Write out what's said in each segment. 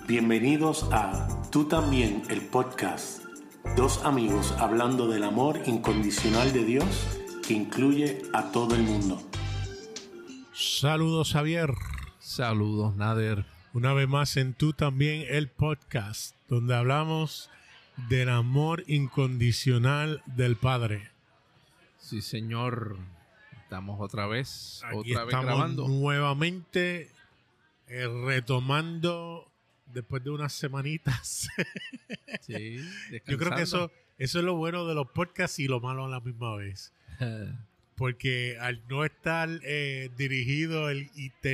Bienvenidos a Tú también, el podcast. Dos amigos hablando del amor incondicional de Dios que incluye a todo el mundo. Saludos, Javier. Saludos, Nader. Una vez más en Tú también, el podcast, donde hablamos del amor incondicional del Padre. Sí, señor. Estamos otra vez Estamos grabando. Nuevamente retomando después de unas semanitas. Sí, Yo creo que eso es lo bueno de los podcasts y lo malo a la misma vez. Porque al no estar dirigido el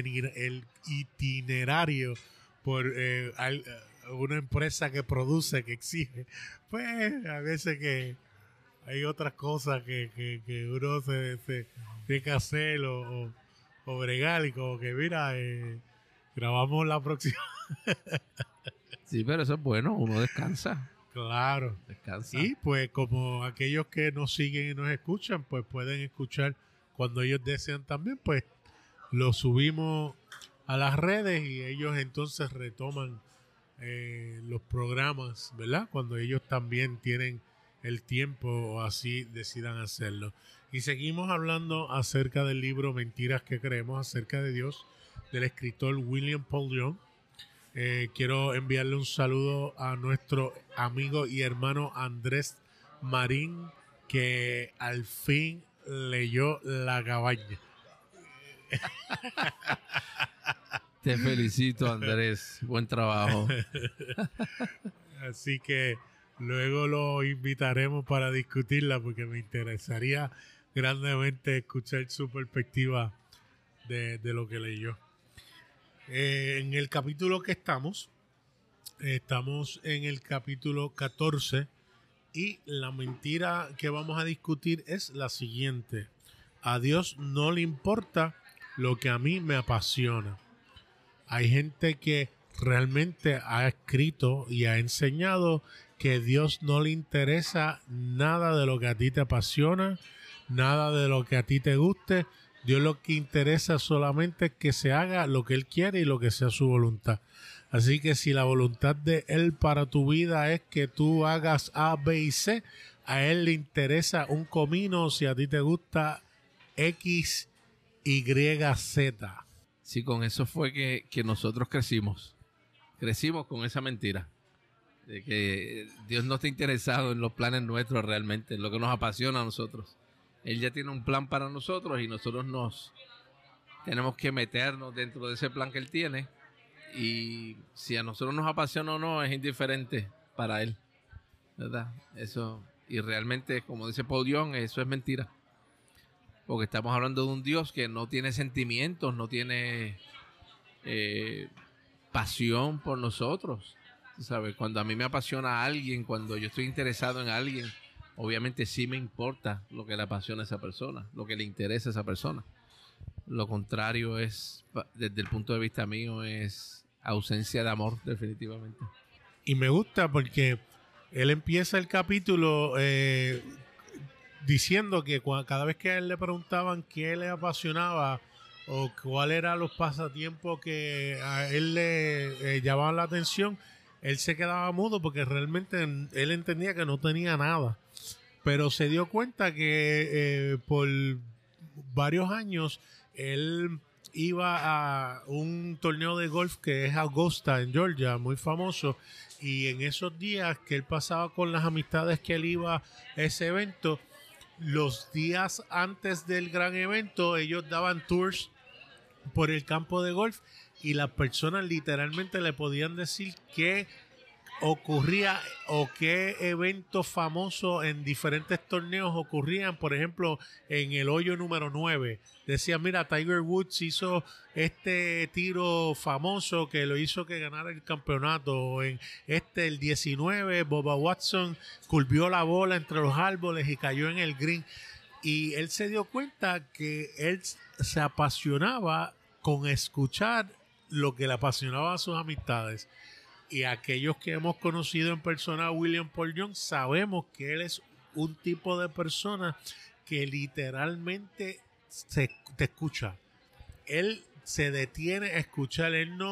itinerario por una empresa que produce, que exige, pues a veces que hay otras cosas que uno se tiene que hacer o bregar, y como que mira, grabamos la próxima. Sí, pero eso es bueno, uno descansa. Claro. Descansa. Y pues como aquellos que nos siguen y nos escuchan, pues pueden escuchar cuando ellos desean también, pues lo subimos a las redes y ellos entonces retoman los programas, ¿verdad? Cuando ellos también tienen el tiempo o así decidan hacerlo. Y seguimos hablando acerca del libro Mentiras que creemos acerca de Dios, del escritor William Paul Young. Quiero enviarle un saludo a nuestro amigo y hermano Andrés Marín, que al fin leyó La Cabaña. Te felicito, Andrés. Buen trabajo. Así que luego lo invitaremos para discutirla, porque me interesaría grandemente escuchar su perspectiva de lo que leyó. En el capítulo que estamos en el capítulo 14 y la mentira que vamos a discutir es la siguiente: a Dios no le importa lo que a mí me apasiona. Hay gente que realmente ha escrito y ha enseñado que a Dios no le interesa nada de lo que a ti te apasiona, nada de lo que a ti te guste. Dios lo que interesa solamente es que se haga lo que Él quiere y lo que sea su voluntad. Así que si la voluntad de Él para tu vida es que tú hagas A, B y C, a Él le interesa un comino si a ti te gusta X, Y, Z. Sí, con eso fue que nosotros crecimos. Crecimos con esa mentira. De que Dios no está interesado en los planes nuestros realmente, en lo que nos apasiona a nosotros. Él ya tiene un plan para nosotros y nosotros nos tenemos que meternos dentro de ese plan que Él tiene. Y si a nosotros nos apasiona o no, es indiferente para Él, ¿verdad? Eso, y realmente, como dice Paul Young, eso es mentira. Porque estamos hablando de un Dios que no tiene sentimientos, no tiene pasión por nosotros. ¿Sabes? Cuando a mí me apasiona a alguien, cuando yo estoy interesado en alguien, obviamente sí me importa lo que le apasiona a esa persona, lo que le interesa a esa persona. Lo contrario es, desde el punto de vista mío, es ausencia de amor, definitivamente. Y me gusta porque él empieza el capítulo diciendo que cada vez que a él le preguntaban qué le apasionaba o cuál eran los pasatiempos que a él le llamaban la atención, él se quedaba mudo porque realmente él entendía que no tenía nada. Pero se dio cuenta que por varios años él iba a un torneo de golf que es Augusta en Georgia, muy famoso, y en esos días que él pasaba con las amistades que él iba a ese evento, los días antes del gran evento ellos daban tours por el campo de golf y las personas literalmente le podían decir qué ocurría o qué eventos famosos en diferentes torneos ocurrían. Por ejemplo, en el hoyo número 9 decía, mira, Tiger Woods hizo este tiro famoso que lo hizo que ganara el campeonato, o en el 19 Bubba Watson curvió la bola entre los árboles y cayó en el green. Y él se dio cuenta que él se apasionaba con escuchar lo que le apasionaba a sus amistades. Y aquellos que hemos conocido en persona a William Paul Young sabemos que él es un tipo de persona que literalmente te escucha. Él se detiene a escuchar, él no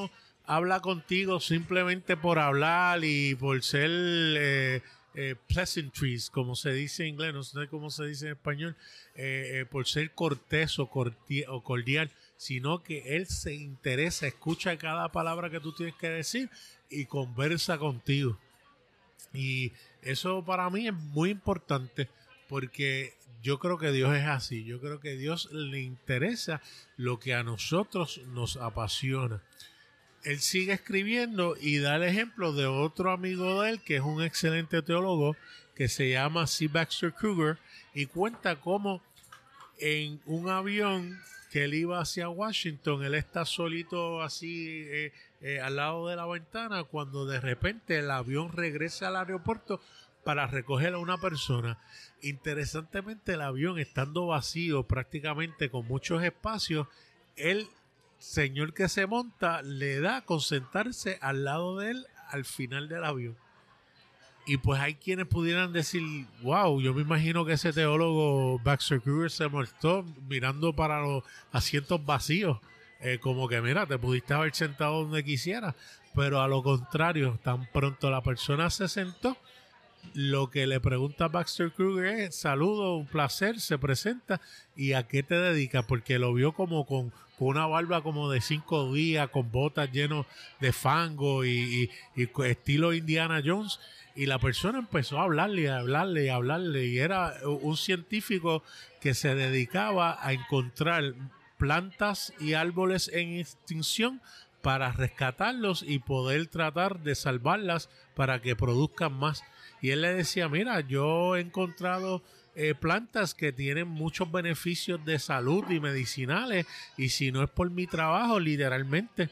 habla contigo simplemente por hablar y por ser pleasantries, como se dice en inglés, no sé cómo se dice en español, por ser cortés o cordial, sino que él se interesa, escucha cada palabra que tú tienes que decir y conversa contigo. Y eso para mí es muy importante, porque yo creo que Dios es así. Yo creo que a Dios le interesa lo que a nosotros nos apasiona. Él sigue escribiendo y da el ejemplo de otro amigo de él que es un excelente teólogo que se llama C. Baxter Kruger, y cuenta cómo en un avión que él iba hacia Washington, él está solito así al lado de la ventana, cuando de repente el avión regresa al aeropuerto para recoger a una persona. Interesantemente, el avión estando vacío, prácticamente con muchos espacios, el señor que se monta le da con sentarse al lado de él al final del avión. Y pues hay quienes pudieran decir, wow, yo me imagino que ese teólogo Baxter Kruger se molestó mirando para los asientos vacíos, como que mira, te pudiste haber sentado donde quisieras. Pero a lo contrario, tan pronto la persona se sentó, lo que le pregunta a Baxter Kruger es: saludo, un placer, se presenta, ¿y a qué te dedicas? Porque lo vio como con una barba como de 5 días, con botas llenas de fango y estilo Indiana Jones. Y la persona empezó a hablarle, y era un científico que se dedicaba a encontrar plantas y árboles en extinción para rescatarlos y poder tratar de salvarlas para que produzcan más. Y él le decía, mira, yo he encontrado plantas que tienen muchos beneficios de salud y medicinales, y si no es por mi trabajo, literalmente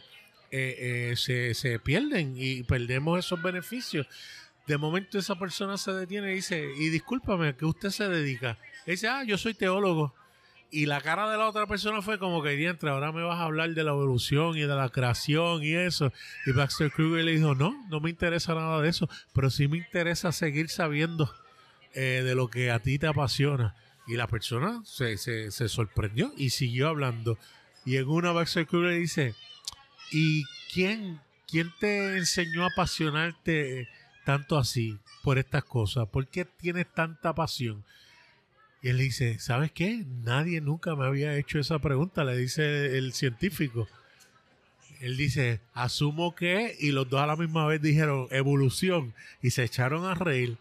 se pierden y perdemos esos beneficios. De momento esa persona se detiene y dice, y discúlpame, ¿a qué usted se dedica? Y dice, yo soy teólogo. Y la cara de la otra persona fue como que, diantre, ahora me vas a hablar de la evolución y de la creación y eso. Y Baxter Kruger le dijo, no me interesa nada de eso, pero sí me interesa seguir sabiendo de lo que a ti te apasiona. Y la persona se sorprendió y siguió hablando. Y en una Baxter Kruger dice, ¿y quién te enseñó a apasionarte tanto así por estas cosas? ¿Por qué tienes tanta pasión? Y él dice, ¿sabes qué? Nadie nunca me había hecho esa pregunta, le dice el científico. Él dice, asumo que, y los dos a la misma vez dijeron evolución, y se echaron a reír.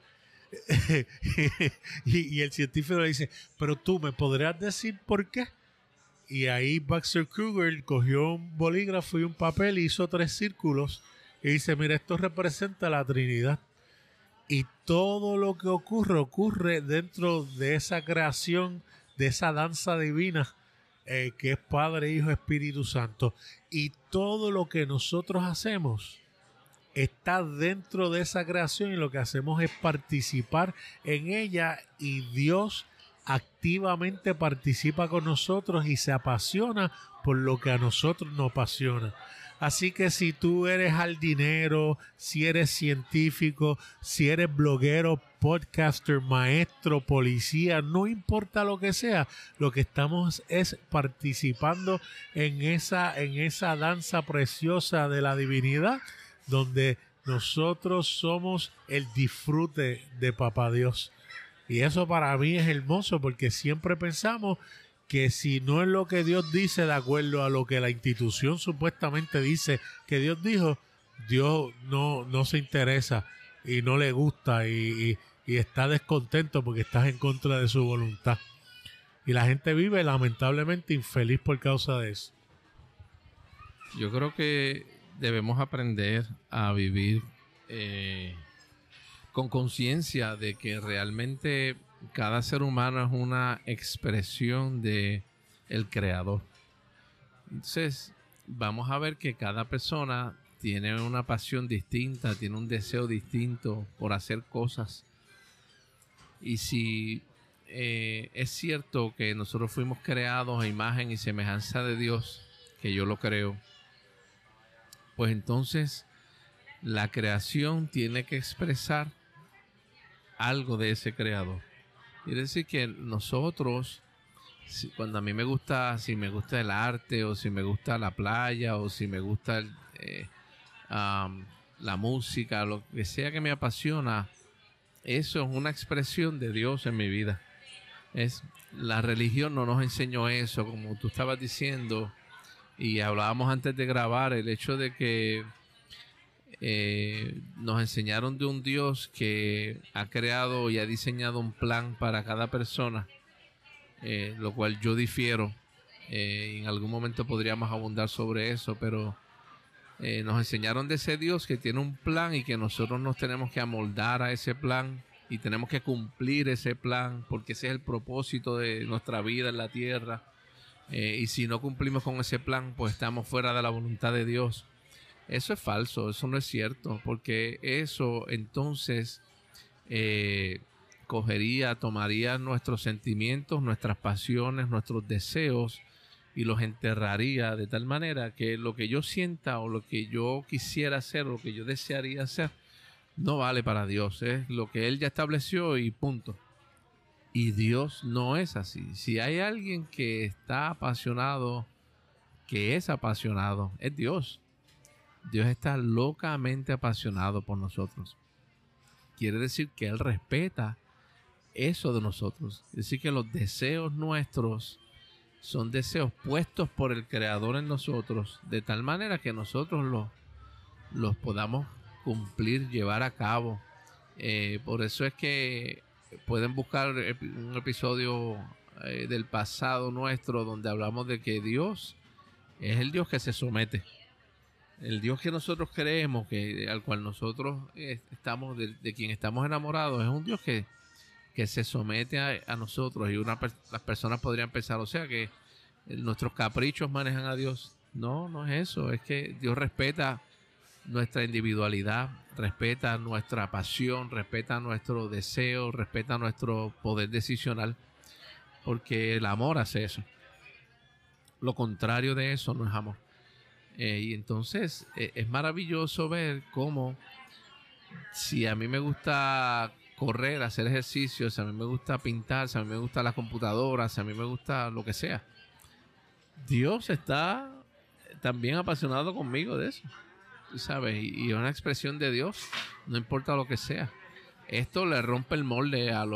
y el científico le dice, pero tú me podrías decir por qué. Y ahí Baxter Kruger cogió un bolígrafo y un papel y hizo 3 círculos y dice, mira, esto representa la Trinidad. Y todo lo que ocurre dentro de esa creación, de esa danza divina, que es Padre, Hijo, Espíritu Santo. Y todo lo que nosotros hacemos está dentro de esa creación, y lo que hacemos es participar en ella, y Dios activamente participa con nosotros y se apasiona por lo que a nosotros nos apasiona. Así que si tú eres jardinero, si eres científico, si eres bloguero, podcaster, maestro, policía, no importa lo que sea, lo que estamos es participando en esa danza preciosa de la divinidad, donde nosotros somos el disfrute de Papá Dios. Y eso para mí es hermoso, porque siempre pensamos que si no es lo que Dios dice de acuerdo a lo que la institución supuestamente dice que Dios dijo, Dios no se interesa y no le gusta y está descontento porque estás en contra de su voluntad. Y la gente vive lamentablemente infeliz por causa de eso. Yo creo que debemos aprender a vivir con conciencia de que realmente cada ser humano es una expresión de el Creador. Entonces, vamos a ver que cada persona tiene una pasión distinta, tiene un deseo distinto por hacer cosas. Y si es cierto que nosotros fuimos creados a imagen y semejanza de Dios, que yo lo creo, pues entonces la creación tiene que expresar algo de ese Creador. Quiere decir que nosotros, cuando a mí si me gusta el arte, o si me gusta la playa, o si me gusta la música, lo que sea que me apasiona, eso es una expresión de Dios en mi vida. La religión no nos enseñó eso, como tú estabas diciendo, y hablábamos antes de grabar, el hecho de que nos enseñaron de un Dios que ha creado y ha diseñado un plan para cada persona, lo cual yo difiero. En algún momento podríamos abundar sobre eso, pero nos enseñaron de ese Dios que tiene un plan y que nosotros nos tenemos que amoldar a ese plan y tenemos que cumplir ese plan, porque ese es el propósito de nuestra vida en la tierra. Y si no cumplimos con ese plan, pues estamos fuera de la voluntad de Dios. Eso es falso, eso no es cierto, porque eso entonces tomaría nuestros sentimientos, nuestras pasiones, nuestros deseos y los enterraría de tal manera que lo que yo sienta o lo que yo quisiera hacer o lo que yo desearía hacer no vale para Dios. Es lo que Él ya estableció y punto. Y Dios no es así. Si hay alguien que está apasionado, que es apasionado, es Dios. Dios está locamente apasionado por nosotros. Quiere decir que Él respeta eso de nosotros. Es decir, que los deseos nuestros son deseos puestos por el Creador en nosotros, de tal manera que nosotros los podamos cumplir, llevar a cabo. Por eso es que pueden buscar un episodio del pasado nuestro donde hablamos de que Dios es el Dios que se somete. El Dios que nosotros creemos, al cual nosotros estamos, de quien estamos enamorados, es un Dios que se somete a nosotros. Y las personas podrían pensar, o sea, que nuestros caprichos manejan a Dios. No, no es eso. Es que Dios respeta nuestra individualidad, respeta nuestra pasión, respeta nuestro deseo, respeta nuestro poder decisional, porque el amor hace eso. Lo contrario de eso no es amor. Y entonces es maravilloso ver cómo, si a mí me gusta correr, hacer ejercicios, si a mí me gusta pintar, si a mí me gusta la computadora, si a mí me gusta lo que sea, Dios está también apasionado conmigo de eso, tú sabes, y es una expresión de Dios, no importa lo que sea. Esto le rompe el molde a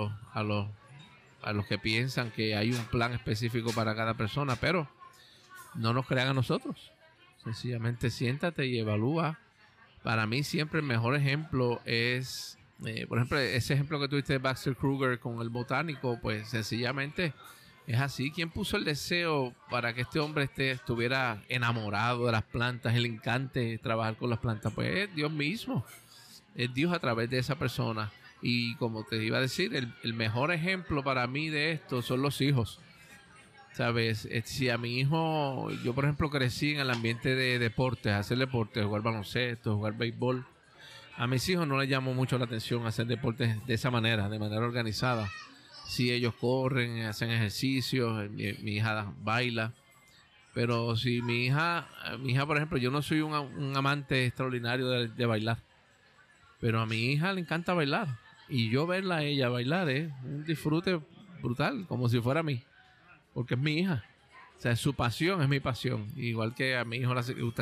los que piensan que hay un plan específico para cada persona, pero no nos crean a nosotros. Sencillamente siéntate y evalúa. Para mí siempre el mejor ejemplo es, por ejemplo, ese ejemplo que tuviste de Baxter Kruger con el botánico, pues sencillamente es así. ¿Quién puso el deseo para que este hombre estuviera enamorado de las plantas, le encante trabajar con las plantas? Pues es Dios mismo, es Dios a través de esa persona. Y como te iba a decir, el mejor ejemplo para mí de esto son los hijos. ¿Sabes? Si a mi hijo, yo por ejemplo crecí en el ambiente de deportes, hacer deportes, jugar baloncesto, jugar béisbol. A mis hijos no les llamó mucho la atención hacer deportes de esa manera, de manera organizada. Si ellos corren, hacen ejercicios, mi hija baila. Pero si mi hija por ejemplo, yo no soy un amante extraordinario de bailar. Pero a mi hija le encanta bailar. Y yo verla a ella bailar es un disfrute brutal, como si fuera a mí. Porque es mi hija. O sea, su pasión es mi pasión. Igual que a mi hijo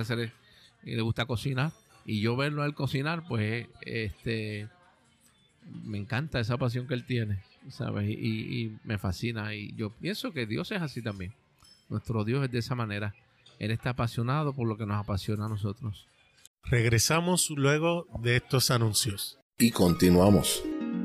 le gusta cocinar. Y yo verlo a él cocinar, pues me encanta esa pasión que él tiene, ¿sabes? Y me fascina. Y yo pienso que Dios es así también. Nuestro Dios es de esa manera. Él está apasionado por lo que nos apasiona a nosotros. Regresamos luego de estos anuncios. Y continuamos.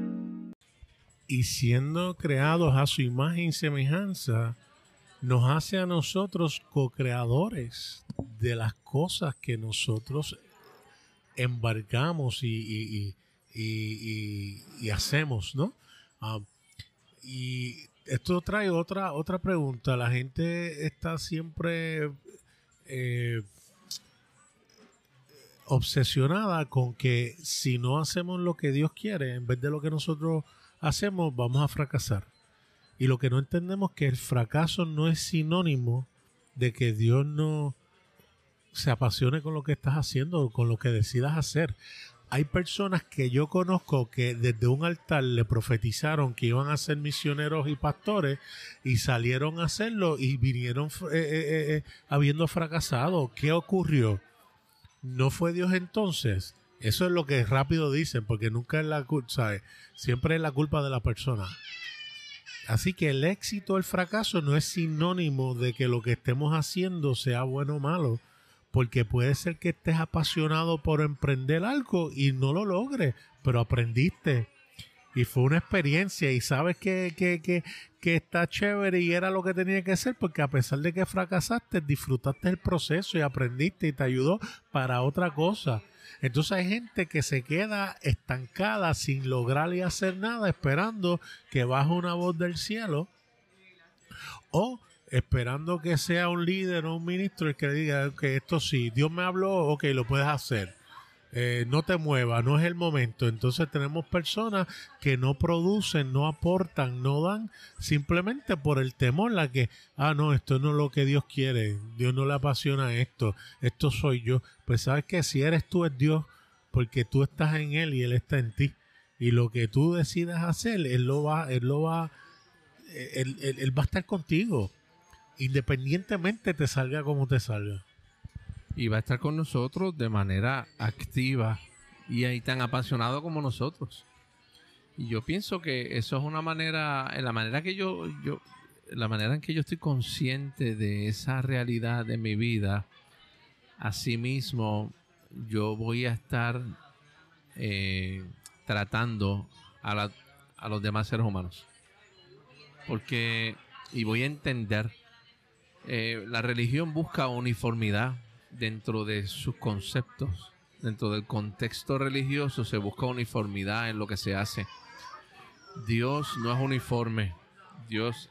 Y siendo creados a su imagen y semejanza, nos hace a nosotros co-creadores de las cosas que nosotros embarcamos y hacemos, ¿no? Y esto trae otra pregunta. La gente está siempre obsesionada con que si no hacemos lo que Dios quiere, en vez de lo que nosotros hacemos, vamos a fracasar. Y lo que no entendemos es que el fracaso no es sinónimo de que Dios no se apasione con lo que estás haciendo o con lo que decidas hacer. Hay personas que yo conozco que desde un altar le profetizaron que iban a ser misioneros y pastores y salieron a hacerlo y vinieron habiendo fracasado. ¿Qué ocurrió? ¿no fue Dios entonces? Eso es lo que rápido dicen, porque nunca es la culpa, ¿sabes? Siempre es la culpa de la persona. Así que el éxito o el fracaso no es sinónimo de que lo que estemos haciendo sea bueno o malo, porque puede ser que estés apasionado por emprender algo y no lo logres, pero aprendiste y fue una experiencia y sabes que está chévere y era lo que tenía que ser, porque a pesar de que fracasaste, disfrutaste el proceso y aprendiste y te ayudó para otra cosa. Entonces hay gente que se queda estancada sin lograr y hacer nada, esperando que baje una voz del cielo o esperando que sea un líder o un ministro el que le diga que esto sí, Dios me habló, ok, lo puedes hacer. No te muevas, no es el momento. Entonces tenemos personas que no producen, no aportan, no dan, simplemente por el temor, la que, no, esto no es lo que Dios quiere, Dios no le apasiona esto soy yo. Pues sabes que si eres tú es Dios, porque tú estás en Él y Él está en ti. Y lo que tú decidas hacer, Él va a estar contigo, independientemente te salga como te salga. Y va a estar con nosotros de manera activa y ahí tan apasionado como nosotros. Y yo pienso que eso es una manera, la manera en que yo estoy consciente de esa realidad de mi vida. Asimismo, yo voy a estar tratando a los demás seres humanos. Y voy a entender, la religión busca uniformidad dentro de sus conceptos. Dentro del contexto religioso se busca uniformidad en lo que se hace. Dios no es uniforme. Dios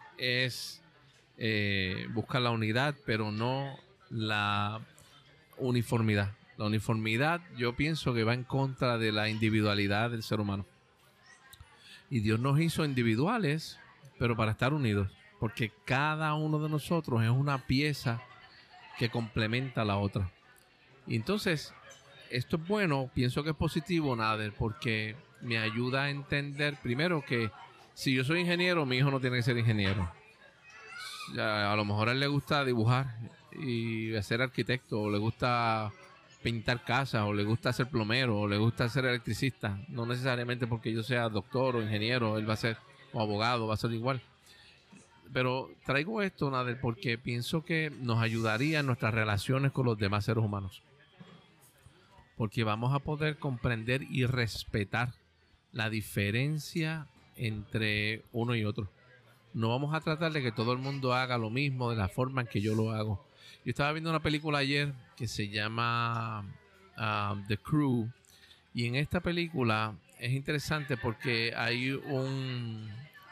busca la unidad, pero no la uniformidad. La uniformidad, yo pienso que va en contra de la individualidad del ser humano. Y Dios nos hizo individuales, pero para estar unidos, porque cada uno de nosotros es una pieza que complementa a la otra. Y entonces, esto es bueno, pienso que es positivo, Nader, porque me ayuda a entender, primero, que si yo soy ingeniero, mi hijo no tiene que ser ingeniero. A lo mejor a él le gusta dibujar y ser arquitecto, o le gusta pintar casas, o le gusta ser plomero, o le gusta ser electricista. No necesariamente porque yo sea doctor o ingeniero, él va a ser, o abogado, va a ser igual. Pero traigo esto, Nader, porque pienso que nos ayudaría en nuestras relaciones con los demás seres humanos. Porque vamos a poder comprender y respetar la diferencia entre uno y otro. No vamos a tratar de que todo el mundo haga lo mismo de la forma en que yo lo hago. Yo estaba viendo una película ayer que se llama The Crew. Y en esta película es interesante porque hay un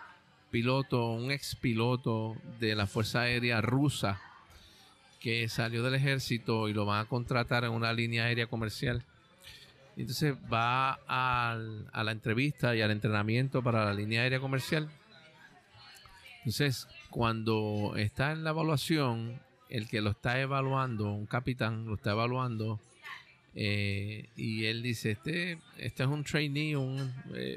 ex piloto de la Fuerza Aérea Rusa que salió del ejército y lo van a contratar en una línea aérea comercial. Entonces va a la entrevista y al entrenamiento para la línea aérea comercial. Entonces, cuando está en la evaluación, el que lo está evaluando, un capitán lo está evaluando, y él dice, este es un trainee, uno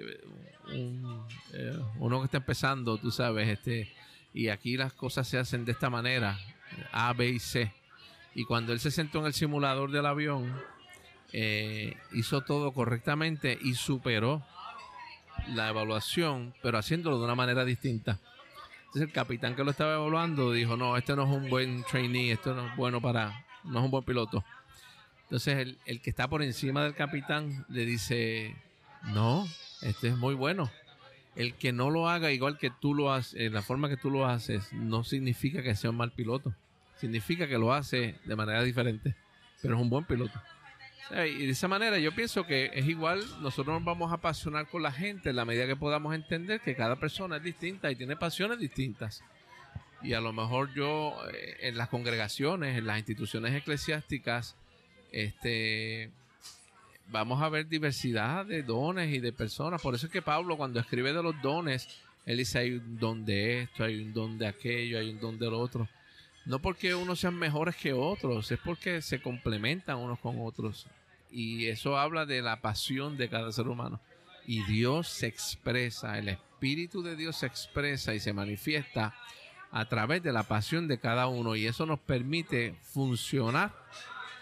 que está empezando, tú sabes, y aquí las cosas se hacen de esta manera, A, B y C. Y cuando él se sentó en el simulador del avión, hizo todo correctamente y superó la evaluación, pero haciéndolo de una manera distinta. Entonces el capitán que lo estaba evaluando dijo, no, este no es un buen trainee, esto no es bueno no es un buen piloto. Entonces el que está por encima del capitán le dice, no, este es muy bueno. El que no lo haga igual que tú lo haces, la forma que tú lo haces, no significa que sea un mal piloto. Significa que lo hace de manera diferente, pero es un buen piloto. O sea, y de esa manera yo pienso que es igual, nosotros nos vamos a apasionar con la gente en la medida que podamos entender que cada persona es distinta y tiene pasiones distintas. Y a lo mejor yo en las congregaciones, en las instituciones eclesiásticas, vamos a ver diversidad de dones y de personas. Por eso es que Pablo, cuando escribe de los dones, él dice, hay un don de esto, hay un don de aquello, hay un don del otro. No porque unos sean mejores que otros, es porque se complementan unos con otros. Y eso habla de la pasión de cada ser humano. Y Dios se expresa, el Espíritu de Dios se expresa y se manifiesta a través de la pasión de cada uno. Y eso nos permite funcionar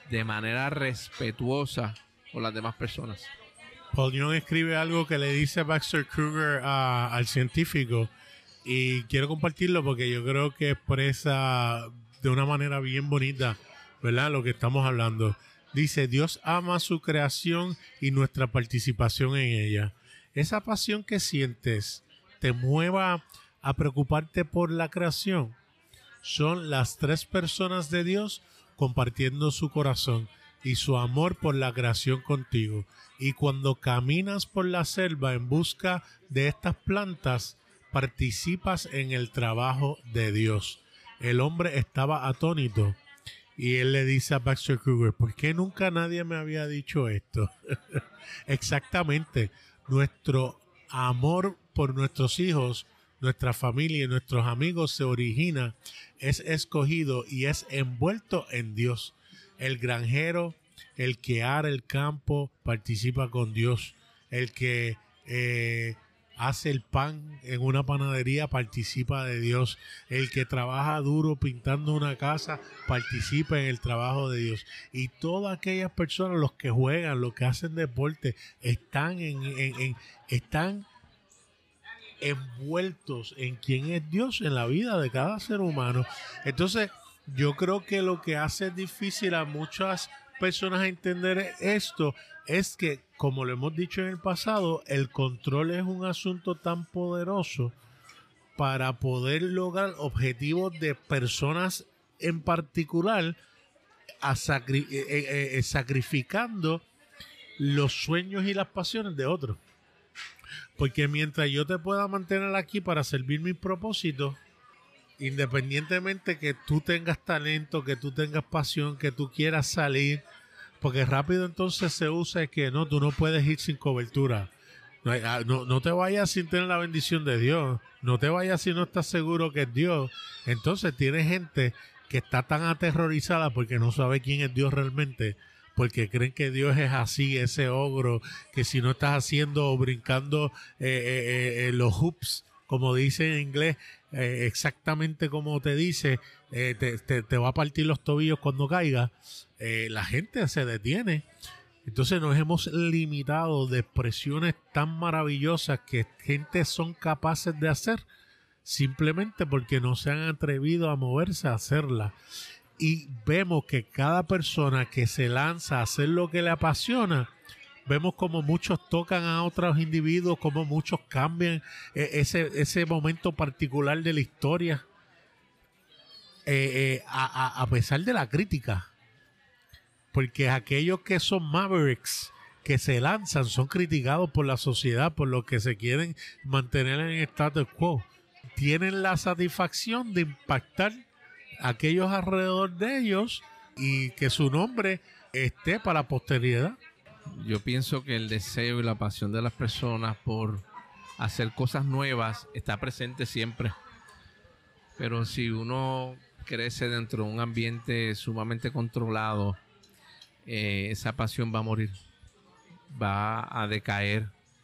de manera respetuosa con las demás personas. Paul Young escribe algo que le dice Baxter Kruger al científico, y quiero compartirlo porque yo creo que expresa de una manera bien bonita, ¿verdad?, lo que estamos hablando. Dice: Dios ama su creación y nuestra participación en ella. Esa pasión que sientes te mueva a preocuparte por la creación. Son las tres personas de Dios compartiendo su corazón y su amor por la creación contigo. Y cuando caminas por la selva en busca de estas plantas, participas en el trabajo de Dios. El hombre estaba atónito y él le dice a Baxter Kruger: ¿por qué nunca nadie me había dicho esto? Exactamente. Nuestro amor por nuestros hijos, nuestra familia y nuestros amigos se origina, es escogido y es envuelto en Dios. El granjero, el que ara el campo, participa con Dios. El que hace el pan en una panadería participa de Dios. El que trabaja duro pintando una casa participa en el trabajo de Dios. Y todas aquellas personas, los que juegan, los que hacen deporte, están están envueltos en quién es Dios en la vida de cada ser humano. Entonces, yo creo que lo que hace difícil a muchas personas entender esto es que, como lo hemos dicho en el pasado, el control es un asunto tan poderoso para poder lograr objetivos de personas en particular, sacrificando los sueños y las pasiones de otros. Porque mientras yo te pueda mantener aquí para servir mis propósitos, independientemente que tú tengas talento, que tú tengas pasión, que tú quieras salir, porque rápido entonces se usa que no, tú no puedes ir sin cobertura. No te vayas sin tener la bendición de Dios. No te vayas si no estás seguro que es Dios. Entonces tiene gente que está tan aterrorizada porque no sabe quién es Dios realmente, porque creen que Dios es así, ese ogro, que si no estás haciendo o brincando los hoops, como dice en inglés, exactamente como te dice, te va a partir los tobillos cuando caiga. La gente se detiene. Entonces nos hemos limitado de expresiones tan maravillosas que gente son capaces de hacer simplemente porque no se han atrevido a moverse a hacerla. Y vemos que cada persona que se lanza a hacer lo que le apasiona, vemos como muchos tocan a otros individuos, como muchos cambian ese momento particular de la historia, a pesar de la crítica. Porque aquellos que son mavericks, que se lanzan, son criticados por la sociedad, por los que se quieren mantener en el status quo. Tienen la satisfacción de impactar a aquellos alrededor de ellos y que su nombre esté para la posteridad. Yo pienso que el deseo y la pasión de las personas por hacer cosas nuevas está presente siempre. Pero si uno crece dentro de un ambiente sumamente controlado, esa pasión va a morir, va a decaer,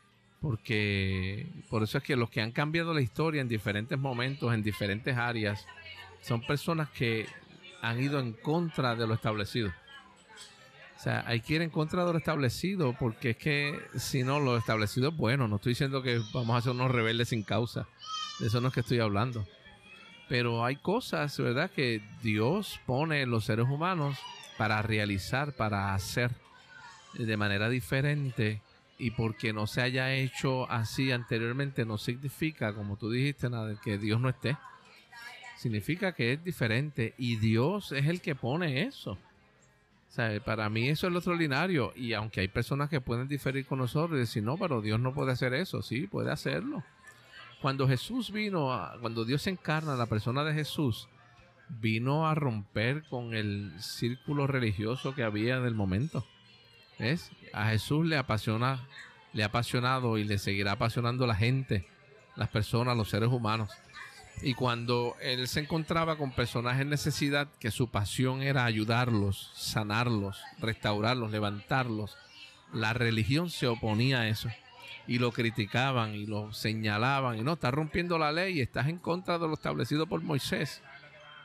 porque por eso es que los que han cambiado la historia en diferentes momentos, en diferentes áreas, son personas que han ido en contra de lo establecido. O sea, hay que ir en contra de lo establecido, porque es que si no, lo establecido es bueno. No estoy diciendo que vamos a ser unos rebeldes sin causa, de eso no es que estoy hablando. Pero hay cosas, ¿verdad?, que Dios pone en los seres humanos para realizar, para hacer de manera diferente, y porque no se haya hecho así anteriormente no significa, como tú dijiste, nada, que Dios no esté. Significa que es diferente y Dios es el que pone eso. O sea, para mí eso es lo extraordinario, y aunque hay personas que pueden diferir con nosotros y decir, no, pero Dios no puede hacer eso. Sí, puede hacerlo. Cuando Jesús vino, cuando Dios se encarna, la persona de Jesús vino a romper con el círculo religioso que había del momento. ¿Ves? A Jesús le ha apasionado y le seguirá apasionando a la gente, las personas, los seres humanos. Y cuando él se encontraba con personas en necesidad, que su pasión era ayudarlos, sanarlos, restaurarlos, levantarlos, la religión se oponía a eso y lo criticaban y lo señalaban, y no, estás rompiendo la ley y estás en contra de lo establecido por Moisés.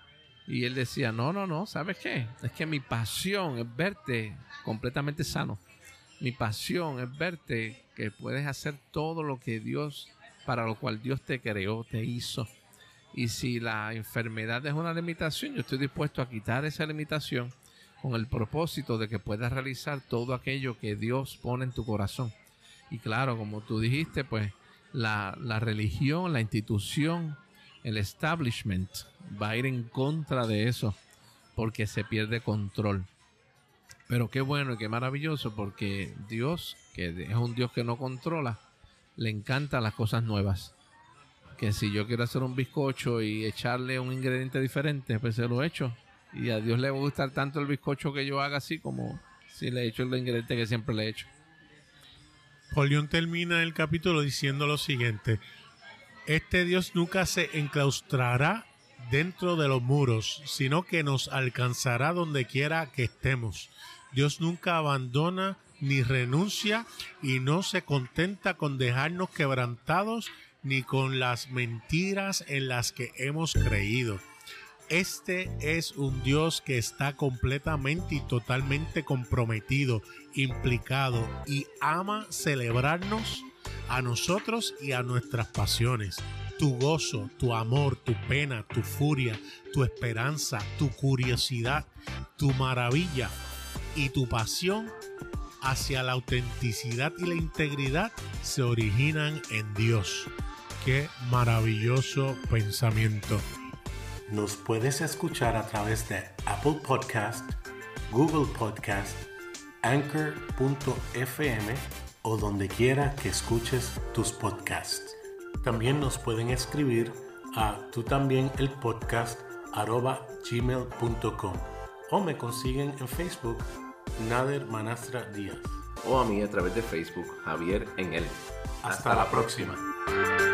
Y él decía, no, ¿sabes qué? Es que mi pasión es verte completamente sano. Mi pasión es verte que puedes hacer todo lo que Dios, para lo cual Dios te creó, te hizo. Y si la enfermedad es una limitación, yo estoy dispuesto a quitar esa limitación con el propósito de que puedas realizar todo aquello que Dios pone en tu corazón. Y claro, como tú dijiste, pues la religión, la institución, el establishment va a ir en contra de eso porque se pierde control. Pero qué bueno y qué maravilloso, porque Dios, que es un Dios que no controla, le encantan las cosas nuevas. Que si yo quiero hacer un bizcocho y echarle un ingrediente diferente, pues se lo echo. Y a Dios le va a gustar tanto el bizcocho que yo haga así como si le echo el ingrediente que siempre le echo. Paul Young termina el capítulo diciendo lo siguiente: este Dios nunca se enclaustrará dentro de los muros, sino que nos alcanzará donde quiera que estemos. Dios nunca abandona ni renuncia y no se contenta con dejarnos quebrantados ni con las mentiras en las que hemos creído. Este es un Dios que está completamente y totalmente comprometido, implicado y ama celebrarnos a nosotros y a nuestras pasiones. Tu gozo, tu amor, tu pena, tu furia, tu esperanza, tu curiosidad, tu maravilla y tu pasión hacia la autenticidad y la integridad se originan en Dios. ¡Qué maravilloso pensamiento! Nos puedes escuchar a través de Apple Podcast, Google Podcast, Anchor.fm o donde quiera que escuches tus podcasts. También nos pueden escribir a tutambienelpodcast@gmail.com o me consiguen en Facebook, Nader Manastra Díaz. O a mí a través de Facebook, Javier en él. Hasta la próxima.